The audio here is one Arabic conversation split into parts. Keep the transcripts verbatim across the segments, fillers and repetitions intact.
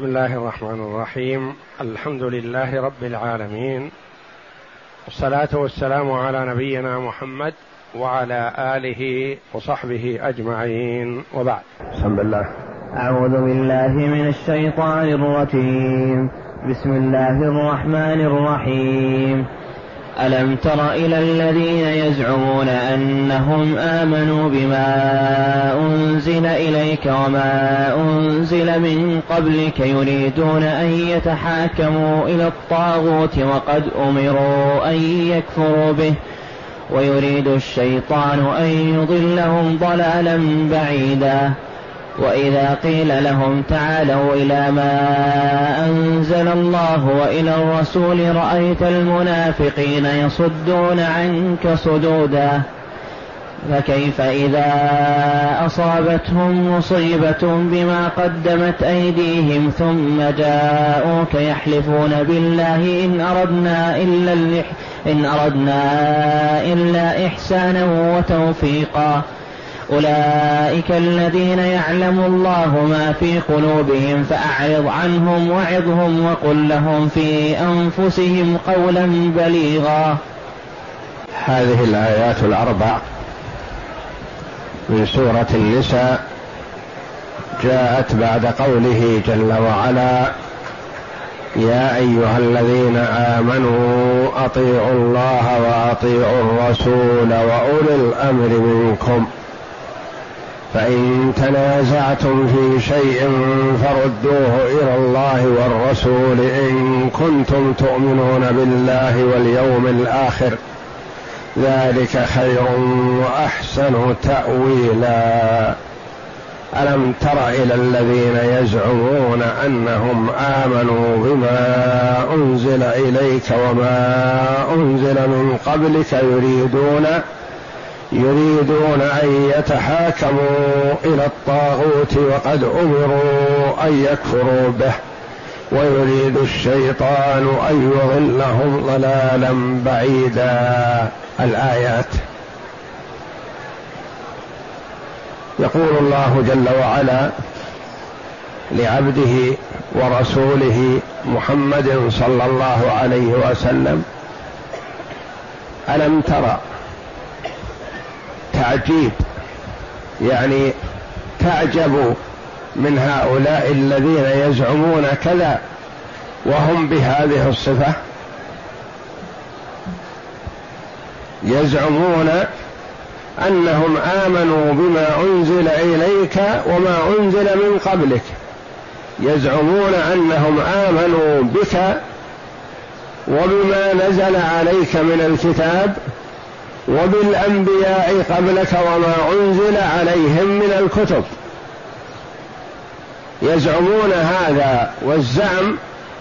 بسم الله الرحمن الرحيم. الحمد لله رب العالمين، والصلاة والسلام على نبينا محمد وعلى آله وصحبه أجمعين، وبعد. بسم الله. أعوذ بالله من الشيطان الرجيم. بسم الله الرحمن الرحيم. ألم تر إلى الذين يزعمون أنهم آمنوا بما أنزل إليك وما أنزل من قبلك يريدون أن يتحاكموا إلى الطاغوت وقد أمروا أن يكفروا به ويريد الشيطان أن يضلهم ضلالا بعيدا. وإذا قيل لهم تعالوا إلى ما أنزل الله وإلى الرسول رأيت المنافقين يصدون عنك صدودا. فكيف إذا أصابتهم مصيبة بما قدمت أيديهم ثم جاءوك يحلفون بالله إن أردنا إلا, إن أردنا إلا إحسانا وتوفيقا. أولئك الذين يعلم الله ما في قلوبهم فأعرض عنهم وعظهم وقل لهم في أنفسهم قولا بليغا. هذه الآيات الأربع من سورة النساء جاءت بعد قوله جل وعلا: يا أيها الذين آمنوا أطيعوا الله وأطيعوا الرسول وأولي الأمر منكم فإن تنازعتم في شيء فردوه إلى الله والرسول إن كنتم تؤمنون بالله واليوم الآخر ذلك خير وأحسن تأويلا. ألم تر إلى الذين يزعمون أنهم آمنوا بما أنزل إليك وما أنزل من قبلك يريدون يريدون أن يتحاكموا إلى الطاغوت وقد أمروا أن يكفروا به ويريد الشيطان أن يضلهم ضلالا بعيدا. الآيات. يقول الله جل وعلا لعبده ورسوله محمد صلى الله عليه وسلم: ألم ترى؟ تعجيب، يعني تعجب من هؤلاء الذين يزعمون كذا وهم بهذه الصفة، يزعمون أنهم آمنوا بما أنزل إليك وما أنزل من قبلك، يزعمون أنهم آمنوا بك وبما نزل عليك من الكتاب وبالأنبياء قبلك وما أنزل عليهم من الكتب. يزعمون هذا، والزعم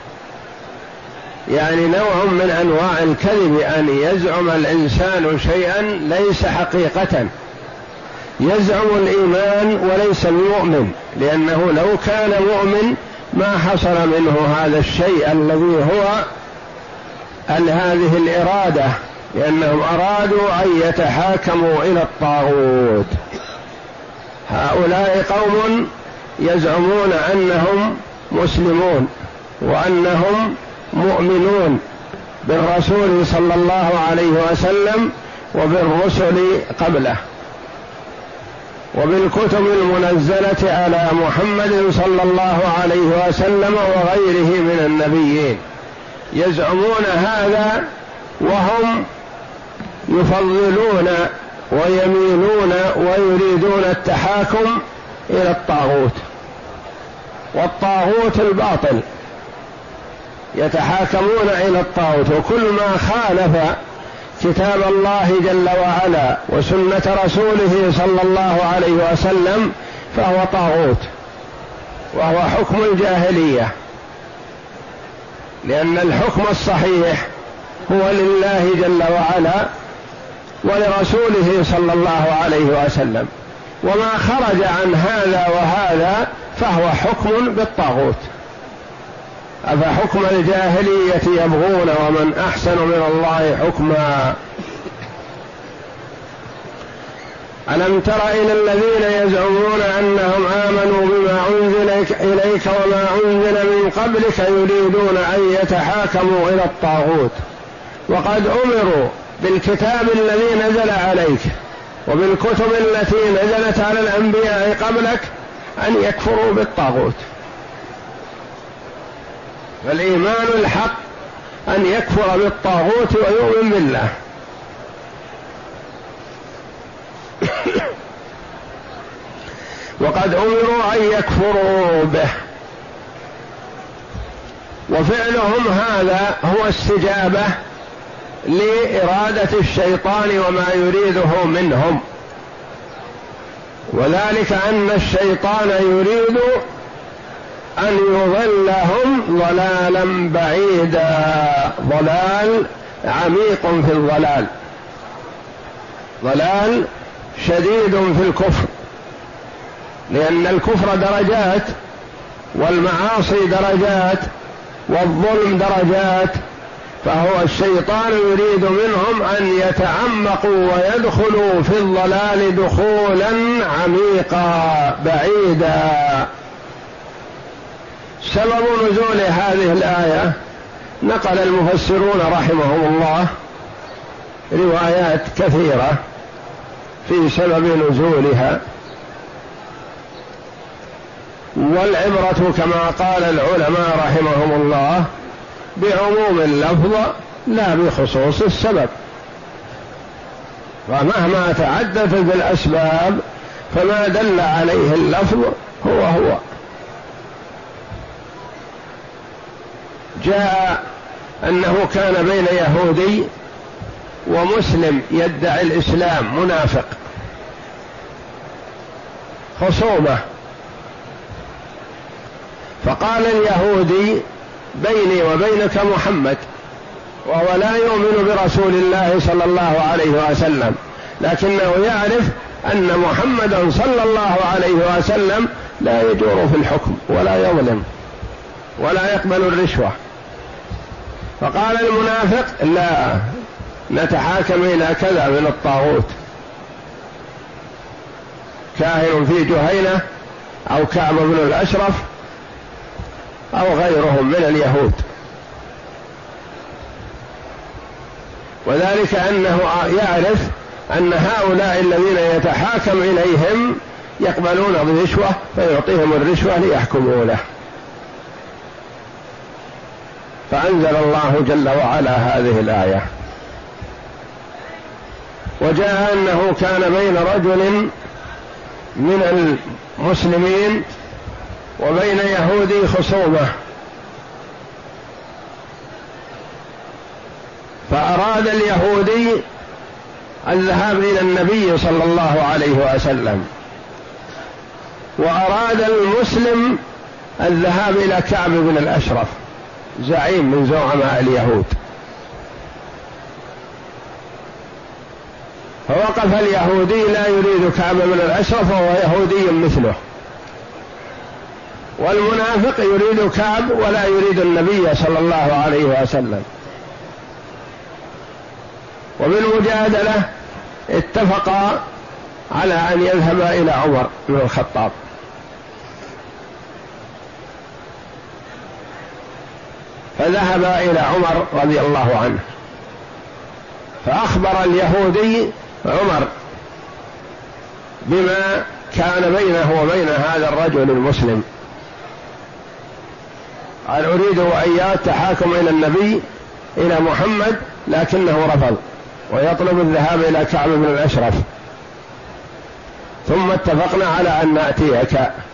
يعني نوع من أنواع الكذب، أن يزعم الإنسان شيئا ليس حقيقة، يزعم الإيمان وليس المؤمن، لأنه لو كان مؤمن ما حصل منه هذا الشيء الذي هو هذه الإرادة، لأنهم أرادوا أن يتحاكموا إلى الطاغوت. هؤلاء قوم يزعمون أنهم مسلمون وأنهم مؤمنون بالرسول صلى الله عليه وسلم وبالرسل قبله وبالكتب المنزلة على محمد صلى الله عليه وسلم وغيره من النبيين. يزعمون هذا وهم يفضلون ويميلون ويريدون التحاكم إلى الطاغوت، والطاغوت الباطل، يتحاكمون إلى الطاغوت، وكل ما خالف كتاب الله جل وعلا وسنة رسوله صلى الله عليه وسلم فهو طاغوت، وهو حكم الجاهلية، لأن الحكم الصحيح هو لله جل وعلا ولرسوله صلى الله عليه وسلم، وما خرج عن هذا وهذا فهو حكم بالطاغوت. أفحكم الجاهلية يبغون ومن أحسن من الله حكما. ألم تر إلى الذين يزعمون أنهم آمنوا بما أنزل إليك وما أنزل من قبلك يريدون أن يتحاكموا إلى الطاغوت وقد أمروا بالكتاب الذي نزل عليك وبالكتب التي نزلت على الأنبياء قبلك أن يكفروا بالطاغوت. فالإيمان الحق أن يكفر بالطاغوت ويؤمن بالله. وقد أمروا أن يكفروا به، وفعلهم هذا هو استجابة لإرادة الشيطان وما يريده منهم، وذلك أن الشيطان يريد أن يضلهم ضلالا بعيدا، ضلال عميق في الضلال، ضلال شديد في الكفر، لأن الكفر درجات والمعاصي درجات والظلم درجات، فهو الشيطان يريد منهم أن يتعمقوا ويدخلوا في الضلال دخولا عميقا بعيدا. سبب نزول هذه الآية نقل المفسرون رحمهم الله روايات كثيرة في سبب نزولها، والعبرة كما قال العلماء رحمهم الله بعموم اللفظ لا بخصوص السبب، ومهما تعددت الأسباب فما دل عليه اللفظ هو هو. جاء أنه كان بين يهودي ومسلم يدعي الإسلام منافق خصومة، فقال اليهودي بيني وبينك محمد، وهو لا يؤمن برسول الله صلى الله عليه وسلم، لكنه يعرف أن محمدا صلى الله عليه وسلم لا يجور في الحكم ولا يظلم ولا يقبل الرشوة. فقال المنافق لا نتحاكم إلى كذا من الطاغوت، كاهن في جهينة أو كعب بن الأشرف أو غيرهم من اليهود، وذلك أنه يعرف أن هؤلاء الذين يتحاكم إليهم يقبلون بالرشوة فيعطيهم الرشوة ليحكموا له. فأنزل الله جل وعلا هذه الآية. وجاء أنه كان بين رجل من المسلمين وبين يهودي خصومة، فأراد اليهودي الذهاب إلى النبي صلى الله عليه وسلم، وأراد المسلم الذهاب إلى كعب بن الأشرف زعيم من زعماء اليهود. فوقف اليهودي لا يريد كعب بن الأشرف وهو يهودي مثله، والمنافق يريد كعب ولا يريد النبي صلى الله عليه وسلم. وبالمجادلة اتفقا على أن يذهبا إلى عمر بن الخطاب، فذهبا إلى عمر رضي الله عنه، فأخبر اليهودي عمر بما كان بينه وبين هذا الرجل المسلم، قال أريد وإياه التحاكم إلى النبي إلى محمد، لكنه رفض ويطلب الذهاب إلى كعب بن الأشرف، ثم اتفقنا على أن نأتيك.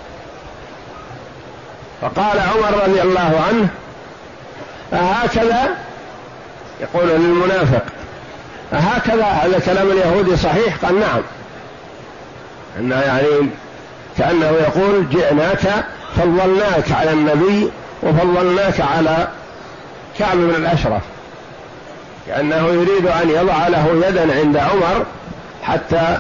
فقال عمر رضي الله عنه أهكذا، يقول للمنافق أهكذا هذا كلام اليهودي صحيح؟ قال نعم، أنه يعني كأنه يقول جئناك فضلناك على النبي وفضلناك على كعب بن الأشرف، كأنه يريد أن يضع له يدا عند عمر حتى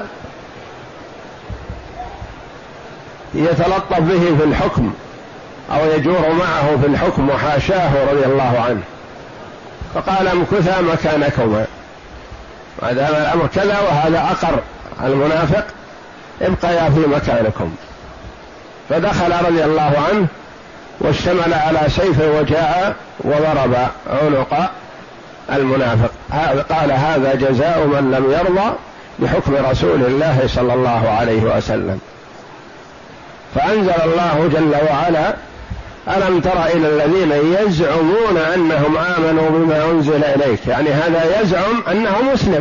يتلطف به في الحكم أو يجور معه في الحكم، وحاشاه رضي الله عنه. فقال امكثا مكانكما ما دام الأمر كذا، وهذا أقر المنافق ابقيا في مكانكم. فدخل رضي الله عنه واشتمل على سيفه وجاء وضرب عنق المنافق. قال هذا جزاء من لم يرضى بحكم رسول الله صلى الله عليه وسلم. فأنزل الله جل وعلا ألم تر إلى الذين يزعمون أنهم آمنوا بما أنزل إليك، يعني هذا يزعم أنه مسلم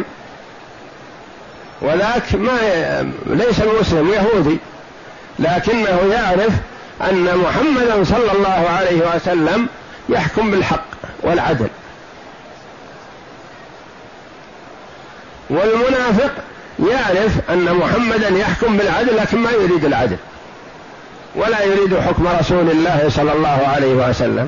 وذاك ما ليس مسلم يهودي، لكنه يعرف أن محمدا صلى الله عليه وسلم يحكم بالحق والعدل. والمنافق يعرف أن محمدا يحكم بالعدل لكن ما يريد العدل ولا يريد حكم رسول الله صلى الله عليه وسلم،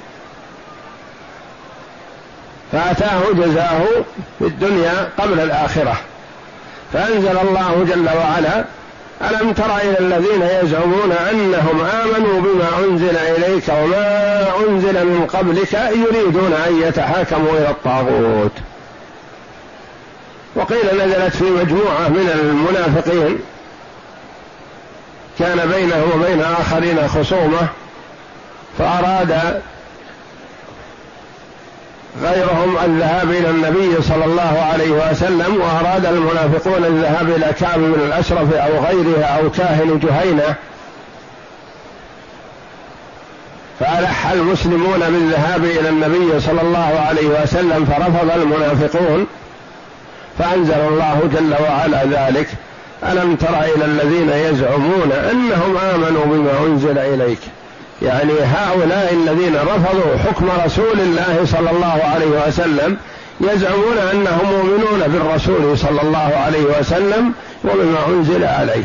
فأتاه جزاءه في الدنيا قبل الآخرة. فأنزل الله جل وعلا ألم تر إلى الذين يزعمون أنهم آمنوا بما أنزل إليك وما أنزل من قبلك يريدون أن يتحاكموا إلى الطاغوت. وقيل نزلت في مجموعة من المنافقين كان بينه وبين آخرين خصومة، فأراد غيرهم الذهاب إلى النبي صلى الله عليه وسلم، وأراد المنافقون الذهاب إلى كعب بن الأشرف أو غيره أو كاهن جهينة، فألح المسلمون بالذهاب إلى النبي صلى الله عليه وسلم فرفض المنافقون. فأنزل الله جل وعلا ذلك ألم تر إلى الذين يزعمون أنهم آمنوا بما أنزل إليك، يعني هؤلاء الذين رفضوا حكم رسول الله صلى الله عليه وسلم يزعمون أنهم مؤمنون بالرسول صلى الله عليه وسلم وبما أنزل عليه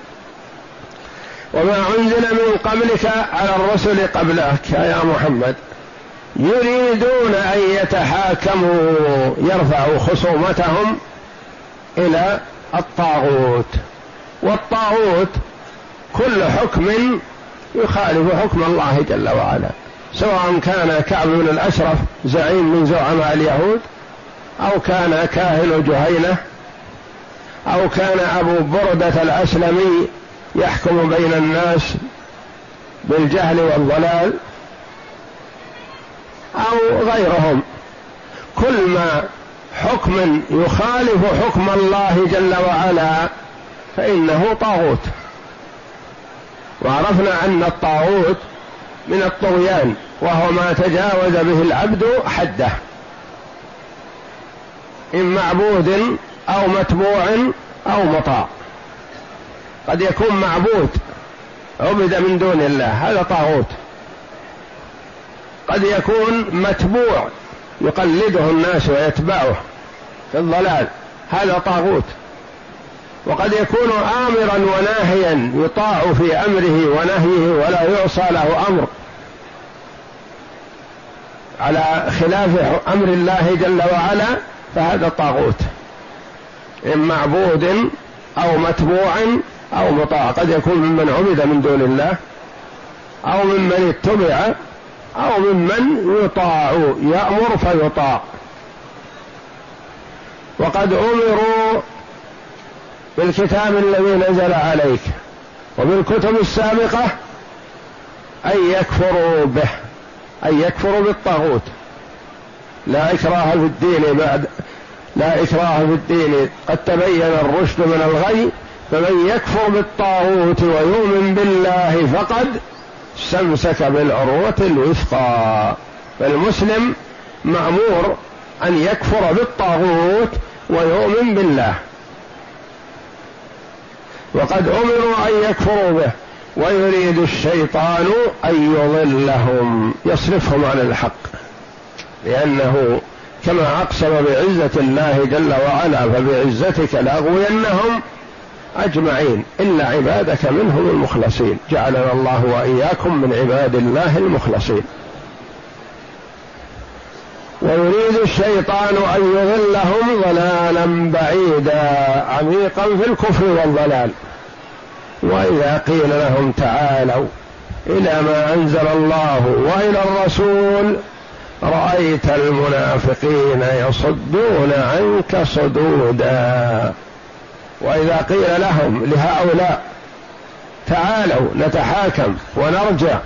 وما أنزل من قبلك على الرسل قبلك يا محمد، يريدون أن يتحاكموا يرفعوا خصومتهم إلى الطاغوت. والطاغوت كل حكم يخالف حكم الله جل وعلا، سواء كان كعب بن الأشرف زعيم من زعماء اليهود أو كان كاهن جهينة أو كان أبو بردة الأسلمي يحكم بين الناس بالجهل والضلال أو غيرهم. كل ما حكم يخالف حكم الله جل وعلا فإنه طاغوت. وعرفنا أن الطاغوت من الطغيان وهو ما تجاوز به العبد حده، إن معبود أو متبوع أو مطاع. قد يكون معبود عبد من دون الله هذا طاغوت، قد يكون متبوع يقلده الناس ويتبعه في الضلال هذا طاغوت، وقد يكون آمرا وناهيا يطاع في أمره ونهيه ولا يعصى له أمر على خلاف أمر الله جل وعلا فهذا طاغوت، إن معبود أو متبوع أو مطاع. قد يكون ممن عبد من دون الله أو ممن اتبع أو ممن يطاع يأمر فيطاع. وقد أمروا بالكتاب الذي نزل عليك وبالكتب السابقة أن يكفروا به، أن يكفروا بالطاغوت. لا إكراه في الدين بعد لا إكراه في الدين قد تبين الرشد من الغي، فمن يكفر بالطاغوت ويؤمن بالله فقد استمسك بالعروة الوثقى. فالمسلم مأمور أن يكفر بالطاغوت ويؤمن بالله، وقد أمروا أن يكفروا به، ويريد الشيطان أن يضلهم يصرفهم عن الحق، لأنه كما أقسم بعزة الله جل وعلا فبعزتك لأغوينهم أجمعين إلا عبادك منهم المخلصين. جعلنا الله وإياكم من عباد الله المخلصين. ويريد الشيطان أن يضلهم ضلالا بعيدا عميقا في الكفر والضلال. وإذا قيل لهم تعالوا إلى ما أنزل الله وإلى الرسول رأيت المنافقين يصدون عنك صدودا. وإذا قيل لهم لهؤلاء تعالوا نتحاكم ونرجع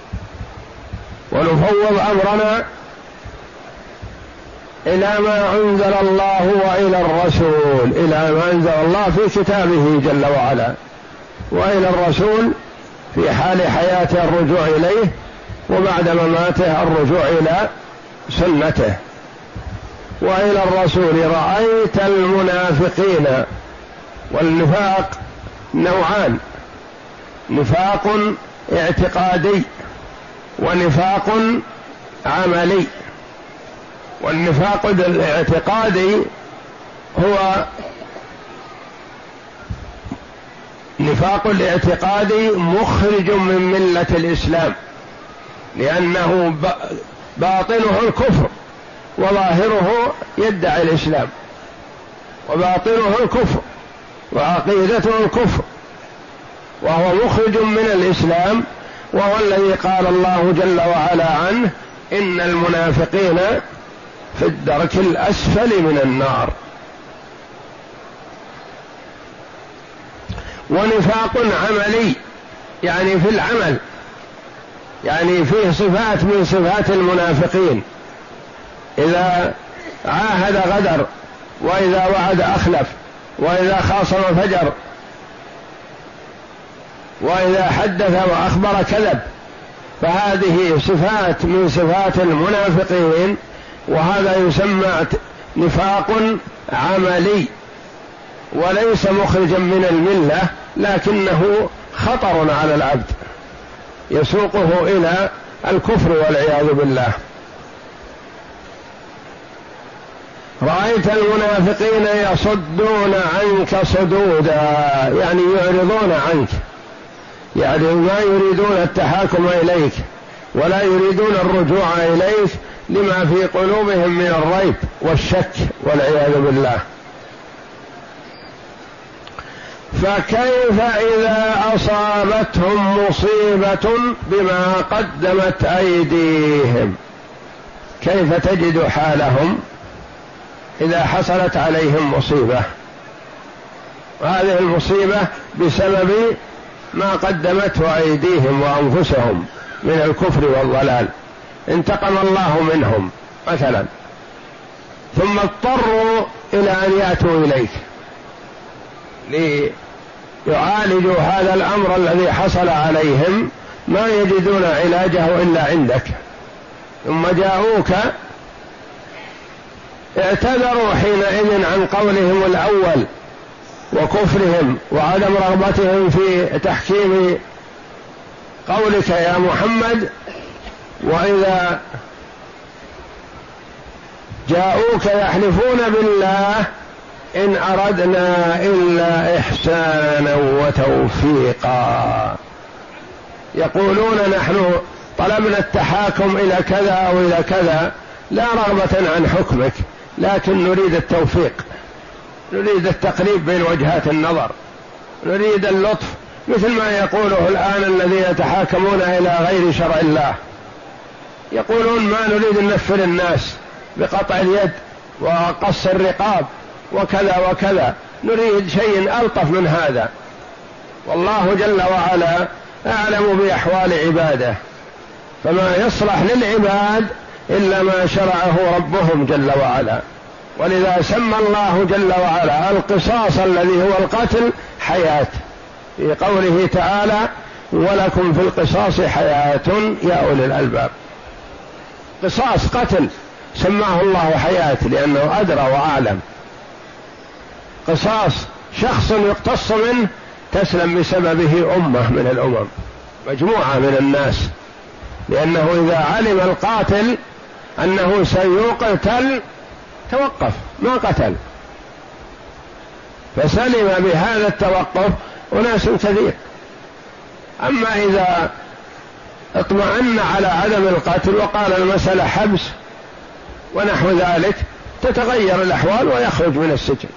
ونفوض أمرنا إلى ما أنزل الله وإلى الرسول، إلى ما أنزل الله في كتابه جل وعلا، وإلى الرسول في حال حياته الرجوع إليه، وبعد مماته الرجوع إلى سنته، وإلى الرسول رأيت المنافقين. والنفاق نوعان: نفاق اعتقادي ونفاق عملي. والنفاق الاعتقادي هو نفاق الاعتقادي مخرج من ملة الإسلام، لأنه باطنه الكفر وظاهره يدعي الإسلام، وباطنه الكفر وعقيدته الكفر، وهو مخرج من الإسلام، وهو الذي قال الله جل وعلا عنه: إن المنافقين في الدرك الأسفل من النار. ونفاق عملي يعني في العمل، يعني فيه صفات من صفات المنافقين: إذا عاهد غدر، وإذا وعد أخلف، وإذا خاصم فجر، وإذا حدث وأخبر كذب. فهذه صفات من صفات المنافقين، وهذا يسمى نفاق عملي، وليس مخرجا من الملة، لكنه خطر على العبد يسوقه إلى الكفر والعياذ بالله. رأيت المنافقين يصدون عنك صدودا، يعني يعرضون عنك، يعني ما يريدون التحاكم إليك ولا يريدون الرجوع إليك، لما في قلوبهم من الريب والشك والعياذ بالله. فكيف إذا أصابتهم مصيبة بما قدمت أيديهم؟ كيف تجد حالهم إذا حصلت عليهم مصيبة؟ وهذه المصيبة بسبب ما قدمته أيديهم وأنفسهم من الكفر والضلال، انتقم الله منهم مثلا، ثم اضطروا إلى أن يأتوا إليك ليعالجوا هذا الأمر الذي حصل عليهم، ما يجدون علاجه إلا عندك، ثم جاءوك اعتذروا حينئذ عن قولهم الأول وكفرهم وعدم رغبتهم في تحكيم قولك يا محمد، وإذا جاءوك يحلفون بالله إن أردنا إلا إحسانا وتوفيقا، يقولون نحن طلبنا التحاكم إلى كذا أو إلى كذا لا رغبة عن حكمك، لكن نريد التوفيق، نريد التقريب بين وجهات النظر، نريد اللطف، مثل ما يقوله الآن الذين يتحاكمون إلى غير شرع الله، يقولون ما نريد أن ننفر الناس بقطع اليد وقص الرقاب وكذا وكذا، نريد شيء ألطف من هذا. والله جل وعلا أعلم بأحوال عباده، فما يصلح للعباد إلا ما شرعه ربهم جل وعلا. ولذا سمى الله جل وعلا القصاص الذي هو القتل حياة، في قوله تعالى: ولكم في القصاص حياة يا أولي الألباب. قصاص قتل سماه الله حياة لأنه أدرى وأعلم. قصاص شخص يقتص منه تسلم بسببه أمة من الأمم، مجموعة من الناس، لأنه إذا علم القاتل أنه سيقتل توقف ما قتل، فسلم بهذا التوقف أناس كثير. أما إذا اطمأن على عدم القتل وقال المسألة حبس ونحو ذلك، تتغير الأحوال ويخرج من السجن.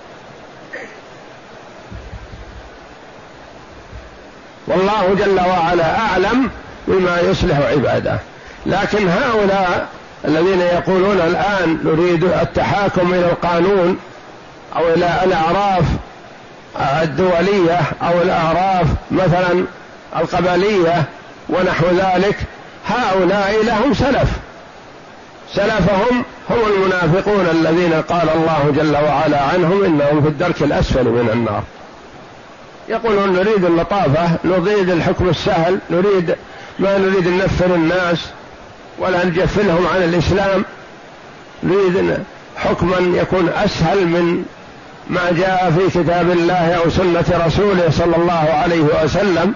والله جل وعلا أعلم بما يصلح عباده. لكن هؤلاء الذين يقولون الآن نريد التحاكم إلى القانون أو إلى الأعراف الدولية أو الأعراف مثلا القبلية ونحو ذلك، هؤلاء لهم سلف، سلفهم هم المنافقون الذين قال الله جل وعلا عنهم إنهم في الدرك الأسفل من النار. يقولون نريد اللطافة، نريد الحكم السهل، نريد ما نريد ننفر الناس ولا نجفلهم عن الإسلام، نريد حكما يكون أسهل من ما جاء في كتاب الله أو سنة رسوله صلى الله عليه وسلم.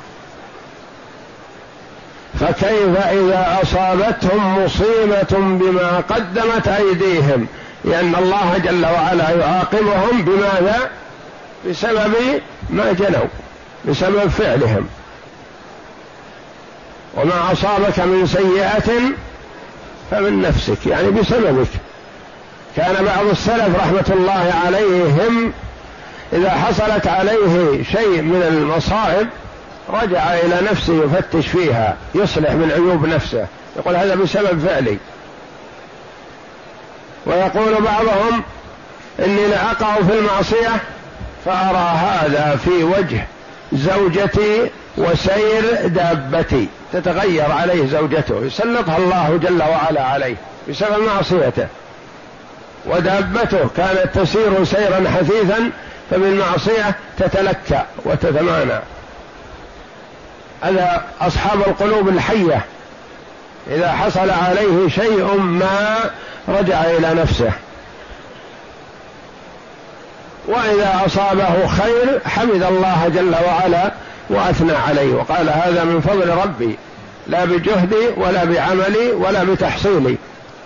فكيف إذا أصابتهم مصيبة بما قدمت أيديهم، لأن الله جل وعلا يعاقبهم بماذا؟ بسبب ما جنوا، بسبب فعلهم. وما أصابك من سيئة فمن نفسك، يعني بسببك. كان بعض السلف رحمة الله عليهم إذا حصلت عليه شيء من المصائب رجع إلى نفسه يفتش فيها، يصلح من عيوب نفسه، يقول هذا بسبب فعلي. ويقول بعضهم إني لأقع في المعصية فأرى هذا في وجه زوجتي وسير دابتي، تتغير عليه زوجته، يسلطها الله جل وعلا عليه بسبب معصيته، ودابته كانت تسير سيرا حثيثا فبالمعصية تتلكأ وتتمانع. هذا أصحاب القلوب الحية، إذا حصل عليه شيء ما رجع إلى نفسه، وإذا أصابه خير حمد الله جل وعلا وأثنى عليه وقال هذا من فضل ربي، لا بجهدي ولا بعملي ولا بتحصيلي.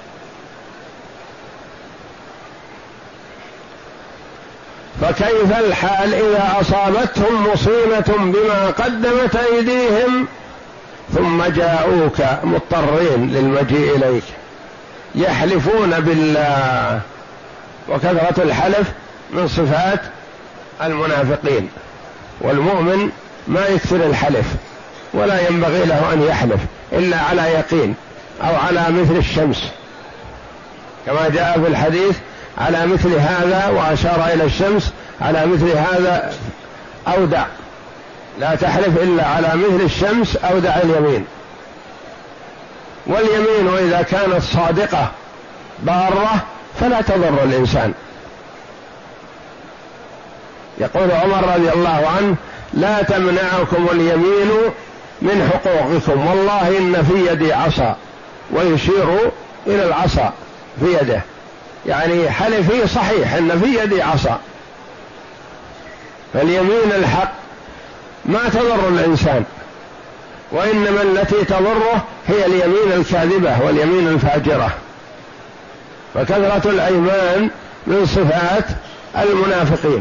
فكيف الحال إذا أصابتهم مصيبة بما قدمت أيديهم ثم جاءوك مضطرين للمجيء إليك يحلفون بالله. وكثرة الحلف من صفات المنافقين، والمؤمن ما يكثر الحلف ولا ينبغي له أن يحلف إلا على يقين أو على مثل الشمس، كما جاء في الحديث على مثل هذا، وأشار إلى الشمس على مثل هذا أودع، لا تحلف إلا على مثل الشمس أودع اليمين. واليمين إذا كانت صادقة بارة فلا تضر الإنسان. يقول عمر رضي الله عنه لا تمنعكم اليمين من حقوقكم، والله إن في يدي عصا، ويشير إلى العصا في يده، يعني حلفي صحيح إن في يدي عصا. فاليمين الحق ما تضر الإنسان، وإنما التي تضره هي اليمين الكاذبة واليمين الفاجرة. فكثرة الأيمان من صفات المنافقين.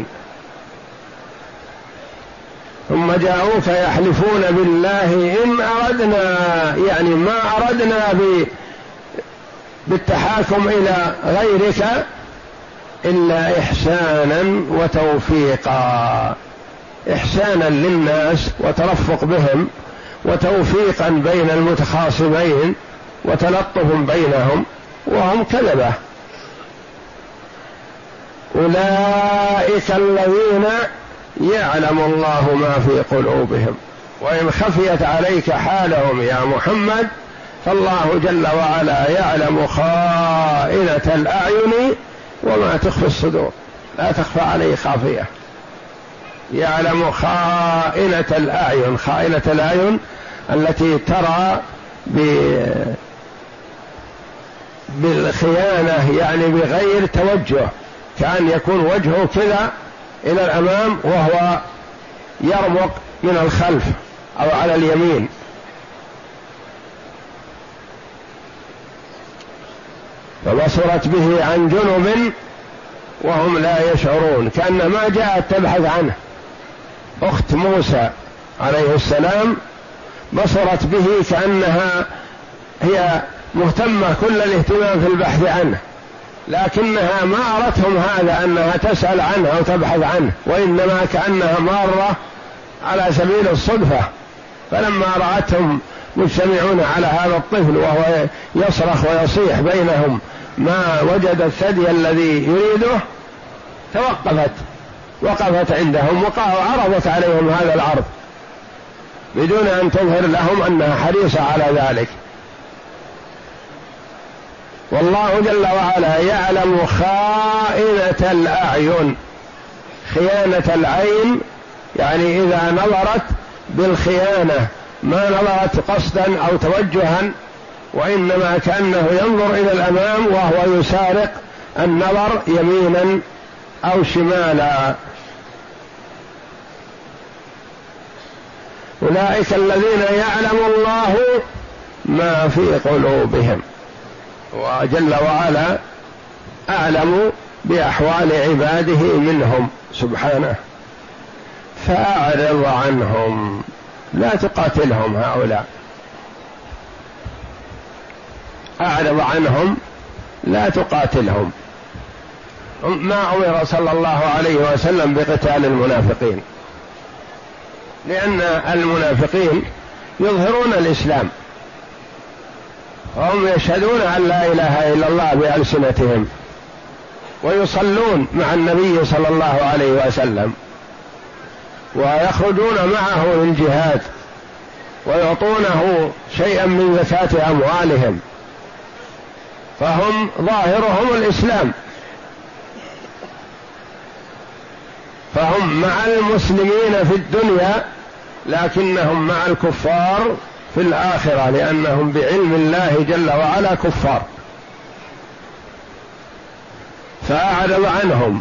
ثم جاءوك يحلفون بالله إن أردنا، يعني ما أردنا بالتحاكم إلى غيرك إلا إحسانا وتوفيقا، إحسانا للناس وترفق بهم وتوفيقا بين المتخاصمين وتلطف بينهم، وهم كذبة. أولئك الذين يعلم الله ما في قلوبهم، وإن خفيت عليك حالهم يا محمد فالله جل وعلا يعلم خائنة الأعين وما تخفي الصدور، لا تخفى عليه خافية. يعلم خائنة الأعين، خائنة الأعين التي ترى بالخيانة، يعني بغير توجه، كأن يكون وجهه كذا إلى الأمام وهو يرمق من الخلف أو على اليمين. فبصرت به عن جنب وهم لا يشعرون، كأن ما جاءت تبحث عنه. أخت موسى عليه السلام بصرت به كأنها هي مهتمة كل الاهتمام في البحث عنه، لكنها ما أردتهم هذا أنها تسأل عنه أو تبحث عنه، وإنما كأنها مارة على سبيل الصدفة. فلما رأتهم مجتمعون على هذا الطفل وهو يصرخ ويصيح بينهم ما وجد الثدي الذي يريده توقفت وقفت عندهم وعرضت عليهم هذا العرض بدون أن تظهر لهم أنها حريصة على ذلك. والله جل وعلا يعلم خائنة الأعين. خيانة العين يعني إذا نظرت بالخيانة ما نظرت قصدا أو توجها، وإنما كأنه ينظر إلى الأمام وهو يسارق النظر يمينا أو شمالا. أولئك الذين يعلم الله ما في قلوبهم، وجل وعلا أعلم بأحوال عباده منهم سبحانه. فأعرض عنهم، لا تقاتلهم هؤلاء، أعرض عنهم لا تقاتلهم. ما أمر صلى الله عليه وسلم بقتال المنافقين، لأن المنافقين يظهرون الإسلام وهم يشهدون أن لا إله إلا الله بألسنتهم، ويصلون مع النبي صلى الله عليه وسلم، ويخرجون معه للجهاد، ويعطونه شيئا من زكاة أموالهم، فهم ظاهرهم الإسلام، فهم مع المسلمين في الدنيا لكنهم مع الكفار في الآخرة، لأنهم بعلم الله جل وعلا كفار. فأعرض عنهم،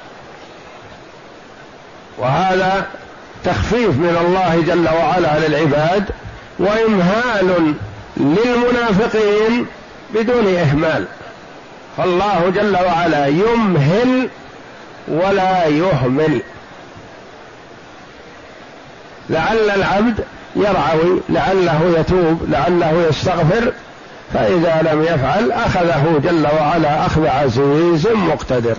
وهذا تخفيف من الله جل وعلا للعباد، وإمهال للمنافقين بدون إهمال. فالله جل وعلا يمهل ولا يهمل، لعل العبد يرعوي، لعله يتوب، لعله يستغفر، فإذا لم يفعل أخذه جل وعلا أخذ عزيز مقتدر.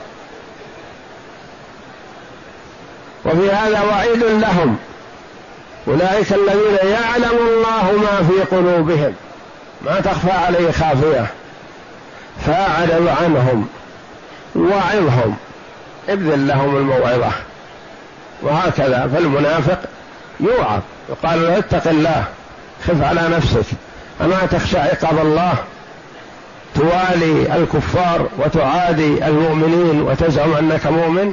وفي هذا وعيد لهم، أولئك الذين يعلم الله ما في قلوبهم، ما تخفى عليه خافية. فأعرض عنهم وعظهم، ابذل لهم الموعظة. وهكذا فالمنافق يوعظ، يقال له اتق الله، خف على نفسك، أما تخشى عقاب الله، توالي الكفار وتعادي المؤمنين وتزعم أنك مؤمن.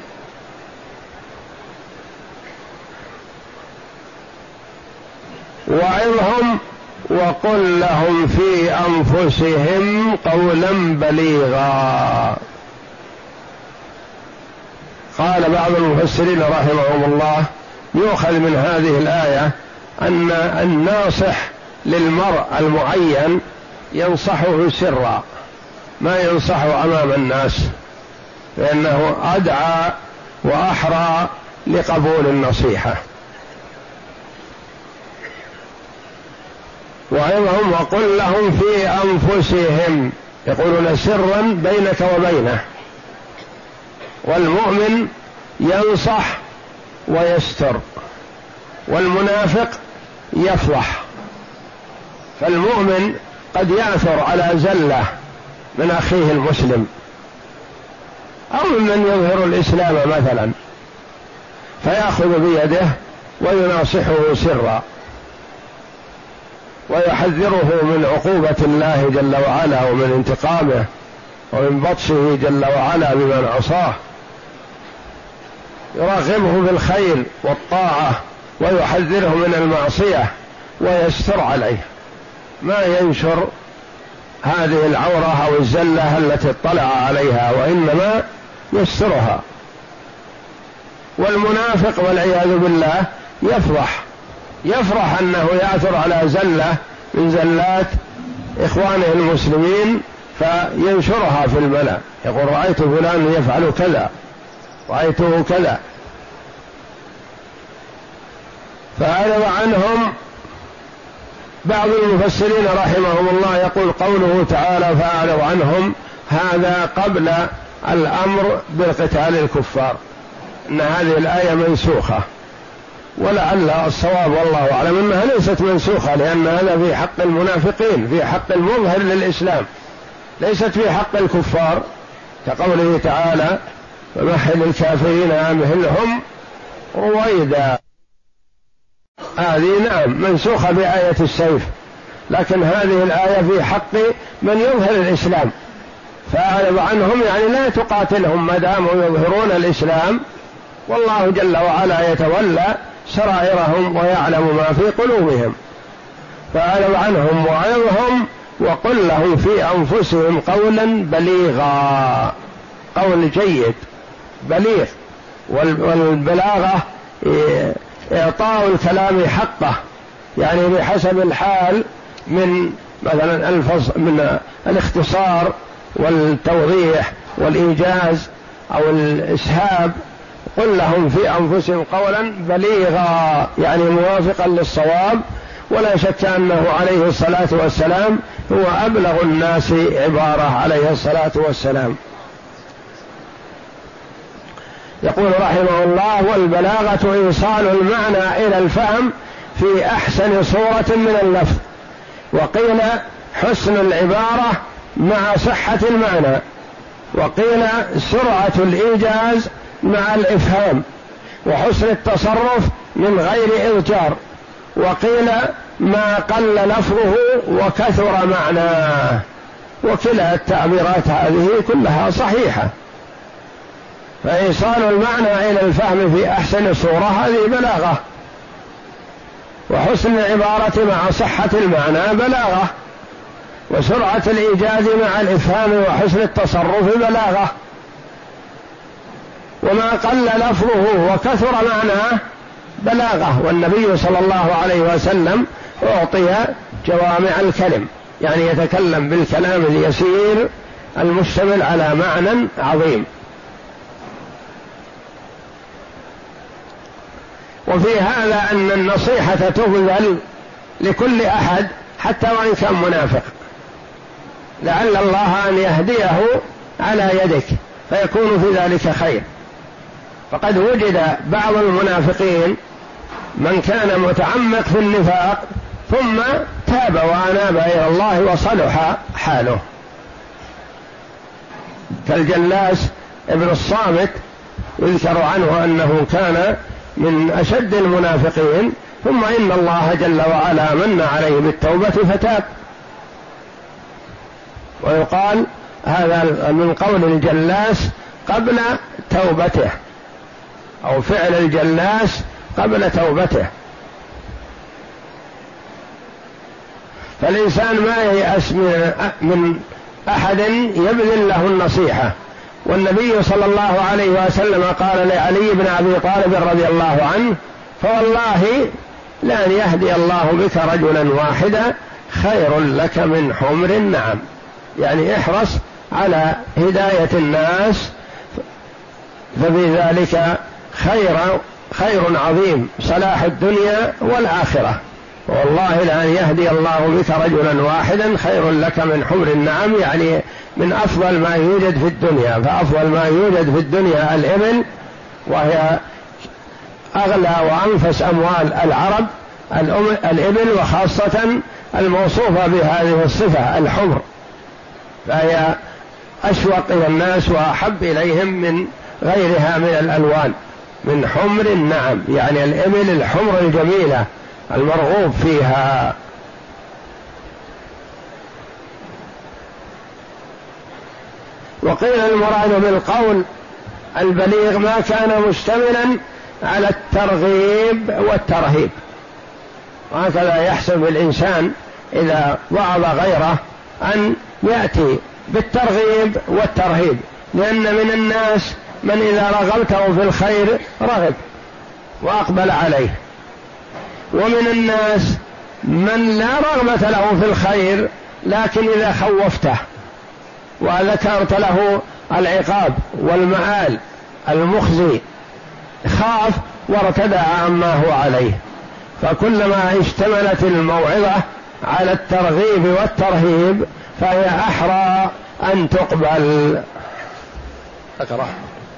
وعظهم وقل لهم في أنفسهم قولا بليغا. قال بعض المفسرين رحمهم الله يؤخذ من هذه الآية أن الناصح للمرء المعين ينصحه سرا، ما ينصحه أمام الناس، لأنه أدعى وأحرى لقبول النصيحة. وعظهم وقل لهم في أنفسهم، يقولون سرا بينك وبينه. والمؤمن ينصح ويستر، والمنافق يفضح. فالمؤمن قد يأثر على زلة من أخيه المسلم أو من يظهر الإسلام مثلا، فيأخذ بيده ويناصحه سرا ويحذره من عقوبة الله جل وعلا ومن انتقامه ومن بطشه جل وعلا بمن عصاه، يرغبه بالخير والطاعة ويحذره من المعصية ويستر عليه، ما ينشر هذه العورة أو الزلة التي اطلع عليها، وإنما يسترها. والمنافق والعياذ بالله يفرح يفرح أنه يأثر على زلة من زلات إخوانه المسلمين فينشرها في الملأ، يقول رأيت فلان يفعل كذا، رأيته كذا. فأعرض عنهم. بعض المفسرين رحمهم الله يقول قوله تعالى فأعرض عنهم، هذا قبل الأمر بقتال الكفار، إن هذه الآية منسوخة، ولعل الصواب والله أعلم أنها ليست منسوخة، لأن هذا في حق المنافقين، في حق المظهر للإسلام، ليست في حق الكفار، كقوله تعالى فمهل الكافرين أمهلهم رويدا. هذه نعم منسوخة بآية السيف، لكن هذه الآية في حق من يظهر الإسلام، فأعرض عنهم يعني لا تقاتلهم ما داموا يظهرون الإسلام، والله جل وعلا يتولى سرائرهم ويعلم ما في قلوبهم. فأعرض عنهم وعظهم وقل لهم في أنفسهم قولا بليغا، قول جيد بليغ، والبلاغة إعطاء الكلام حقه، يعني بحسب الحال من مثلا الفصل من الاختصار والتوضيح والإيجاز أو الإسهاب. قل لهم في أنفسهم قولا بليغا يعني موافقا للصواب، ولا شك أنه عليه الصلاة والسلام هو أبلغ الناس عبارة عليه الصلاة والسلام. يقول رحمه الله: والبلاغة إيصال المعنى إلى الفهم في أحسن صورة من اللفظ. وقيل حسن العبارة مع صحة المعنى، وقيل سرعة الإيجاز مع الإفهام، وحسن التصرف من غير إضجار، وقيل ما قل لفظه وكثر معناه. وكلا التعبيرات هذه كلها صحيحة. فإيصال المعنى إلى الفهم في أحسن صورة هذه بلاغة، وحسن العبارة مع صحة المعنى بلاغة، وسرعة الإيجاز مع الإفهام وحسن التصرف بلاغة، وما قل لفظه وكثر معناه بلاغة. والنبي صلى الله عليه وسلم أعطي جوامع الكلم، يعني يتكلم بالكلام اليسير المشتمل على معنى عظيم. وفي هذا أن النصيحة تبذل لكل أحد حتى وإن كان منافق، لعل الله أن يهديه على يدك فيكون في ذلك خير. فقد وجد بعض المنافقين من كان متعمق في النفاق ثم تاب وأناب إلى الله وصلح حاله، كالجلاس ابن الصامت يذكر عنه أنه كان من أشد المنافقين، ثم إن الله جل وعلا من عليه بالتوبة فتاب. ويقال هذا من قول الجلاس قبل توبته، أو فعل الجلاس قبل توبته. فالإنسان ما ييأس من أحد يبذل له النصيحة. والنبي صلى الله عليه وسلم قال لعلي بن أبي طالب رضي الله عنه: فوالله لأن يهدي الله بك رجلا واحدا خير لك من حمر النعم. يعني احرص على هداية الناس، ففي ذلك خير خير عظيم، صلاح الدنيا والآخرة. والله لأن يهدي الله بك رجلا واحدا خير لك من حمر النعم، يعني من أفضل ما يوجد في الدنيا. فأفضل ما يوجد في الدنيا الإبل، وهي أغلى وأنفس أموال العرب الإبل، وخاصة الموصوفة بهذه الصفة الحمر، فهي أشوق إلى الناس وأحب إليهم من غيرها من الألوان، من حمر النعم، يعني الإبل الحمر الجميلة المرغوب فيها. وقيل المراد بالقول البليغ ما كان مشتملا على الترغيب والترهيب. وهكذا يحسب الإنسان إذا وعظ غيره أن يأتي بالترغيب والترهيب، لأن من الناس من إذا رغبته في الخير رغب وأقبل عليه، ومن الناس من لا رغبة له في الخير لكن إذا خوفته وذكرت له العقاب والمآل المخزي خاف وارتدع عما هو عليه. فكلما اشتملت الموعظة على الترغيب والترهيب فهي أحرى أن تقبل. أقرأ.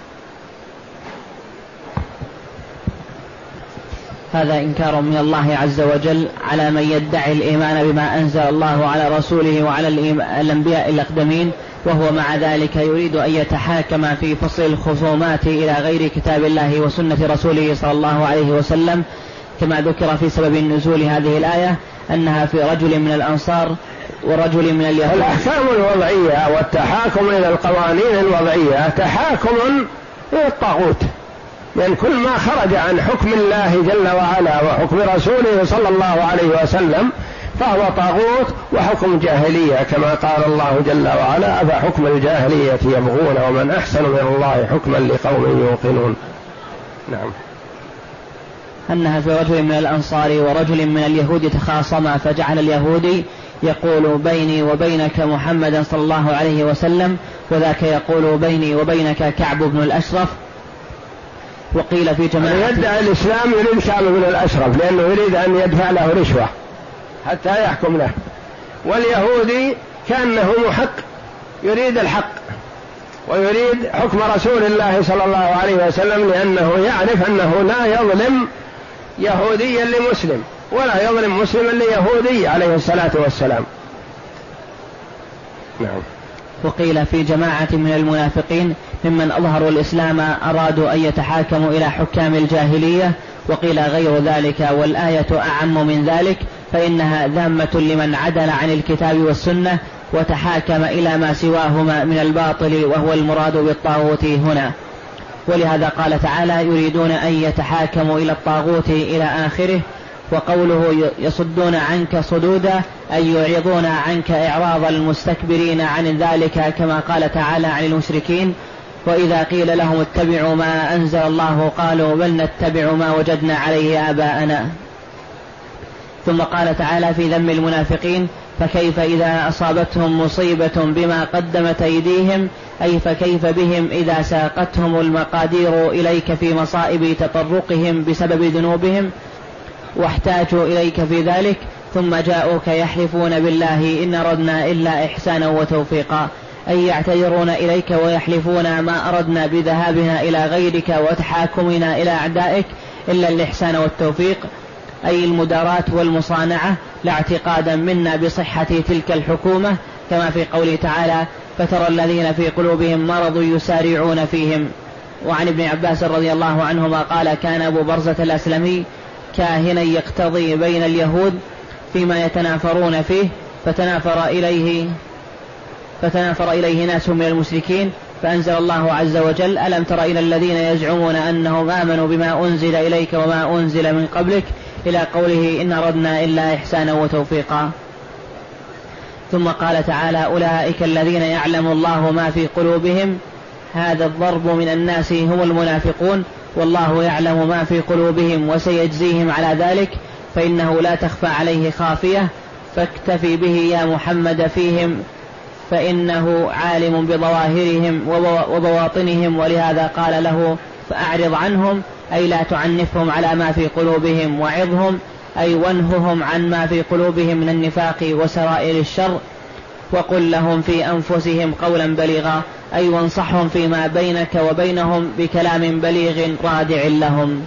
هذا إنكار من الله عز وجل على من يدعي الإيمان بما أنزل الله على رسوله وعلى الأنبياء الأقدمين وهو مع ذلك يريد أن يتحاكم في فصل الخصومات إلى غير كتاب الله وسنة رسوله صلى الله عليه وسلم، كما ذكر في سبب نزول هذه الآية أنها في رجل من الأنصار ورجل من اليهود. الأحكام الوضعية والتحاكم إلى القوانين الوضعية تحاكم إلى الطاغوت، لأن كل ما خرج عن حكم الله جل وعلا وحكم رسوله صلى الله عليه وسلم فهو طاغوت وحكم جاهلية، كما قال الله جل وعلا: أفحكم الجاهلية يبغون ومن أحسن من الله حكما لقوم يوقنون. نعم. أنها في رجل من الأنصار ورجل من اليهود تخاصما، فجعل اليهودي يقول بيني وبينك محمدا صلى الله عليه وسلم، وذاك يقول بيني وبينك كعب بن الأشرف. وقيل في جماعة يدعي الإسلام يريد كعب بن الأشرف لأنه يريد أن يدفع له رشوة حتى يحكم له، واليهودي كأنه محق يريد الحق ويريد حكم رسول الله صلى الله عليه وسلم، لأنه يعرف أنه لا يظلم يهوديا لمسلم ولا يظلم مسلما ليهودي عليه الصلاة والسلام. نعم. وقيل في جماعة من المنافقين ممن أظهروا الإسلام أرادوا أن يتحاكموا إلى حكام الجاهلية، وقيل غير ذلك، والآية أعم من ذلك، فإنها ذامة لمن عدل عن الكتاب والسنة وتحاكم إلى ما سواهما من الباطل، وهو المراد بالطاغوت هنا. ولهذا قال تعالى: يريدون أن يتحاكموا إلى الطاغوت إلى آخره. وقوله يصدون عنك صدودا أي يعرضون عنك إعراض المستكبرين عن ذلك، كما قال تعالى عن المشركين: وإذا قيل لهم اتبعوا ما أنزل الله قالوا بل نتبع ما وجدنا عليه آباءنا. ثم قال تعالى في ذم المنافقين: فكيف إذا أصابتهم مصيبة بما قدمت أيديهم، أي فكيف بهم إذا ساقتهم المقادير إليك في مصائب تطرقهم بسبب ذنوبهم واحتاجوا إليك في ذلك، ثم جاءوك يحلفون بالله إن أردنا إلا إحسانا وتوفيقا، أي يعتذرون إليك ويحلفون ما أردنا بذهابنا إلى غيرك وتحاكمنا إلى أعدائك إلا الإحسان والتوفيق، أي المداراة والمصانعة، لا اعتقادا منا بصحة تلك الحكومة، كما في قوله تعالى: فترى الذين في قلوبهم مرض يسارعون فيهم. وعن ابن عباس رضي الله عنهما قال: كان أبو برزة الأسلمي كاهنا يقتضي بين اليهود فيما يتنافرون فيه، فتنافر إليه فتنافر إليه ناس من المشركين، فأنزل الله عز وجل: ألم تر إلى الذين يزعمون أنهم آمنوا بما أنزل إليك وما أنزل من قبلك، إلى قوله إن أردنا إلا إحسانا وتوفيقا. ثم قال تعالى: أولئك الذين يعلم الله ما في قلوبهم. هذا الضرب من الناس هم المنافقون، والله يعلم ما في قلوبهم وسيجزيهم على ذلك، فإنه لا تخفى عليه خافية، فاكتفي به يا محمد فيهم، فإنه عالم بظواهرهم وبواطنهم. ولهذا قال له: فأعرض عنهم، أي لا تعنفهم على ما في قلوبهم، وعظهم، أي وانههم عن ما في قلوبهم من النفاق وسرائر الشر، وقل لهم في أنفسهم قولا بليغا، أي وانصحهم فيما بينك وبينهم بكلام بليغ رادع لهم.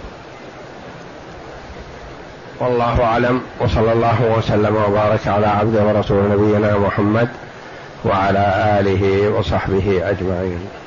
والله أعلم، وصلى الله وسلم وبارك على عبده ورسول نبينا محمد وعلى آله وصحبه أجمعين.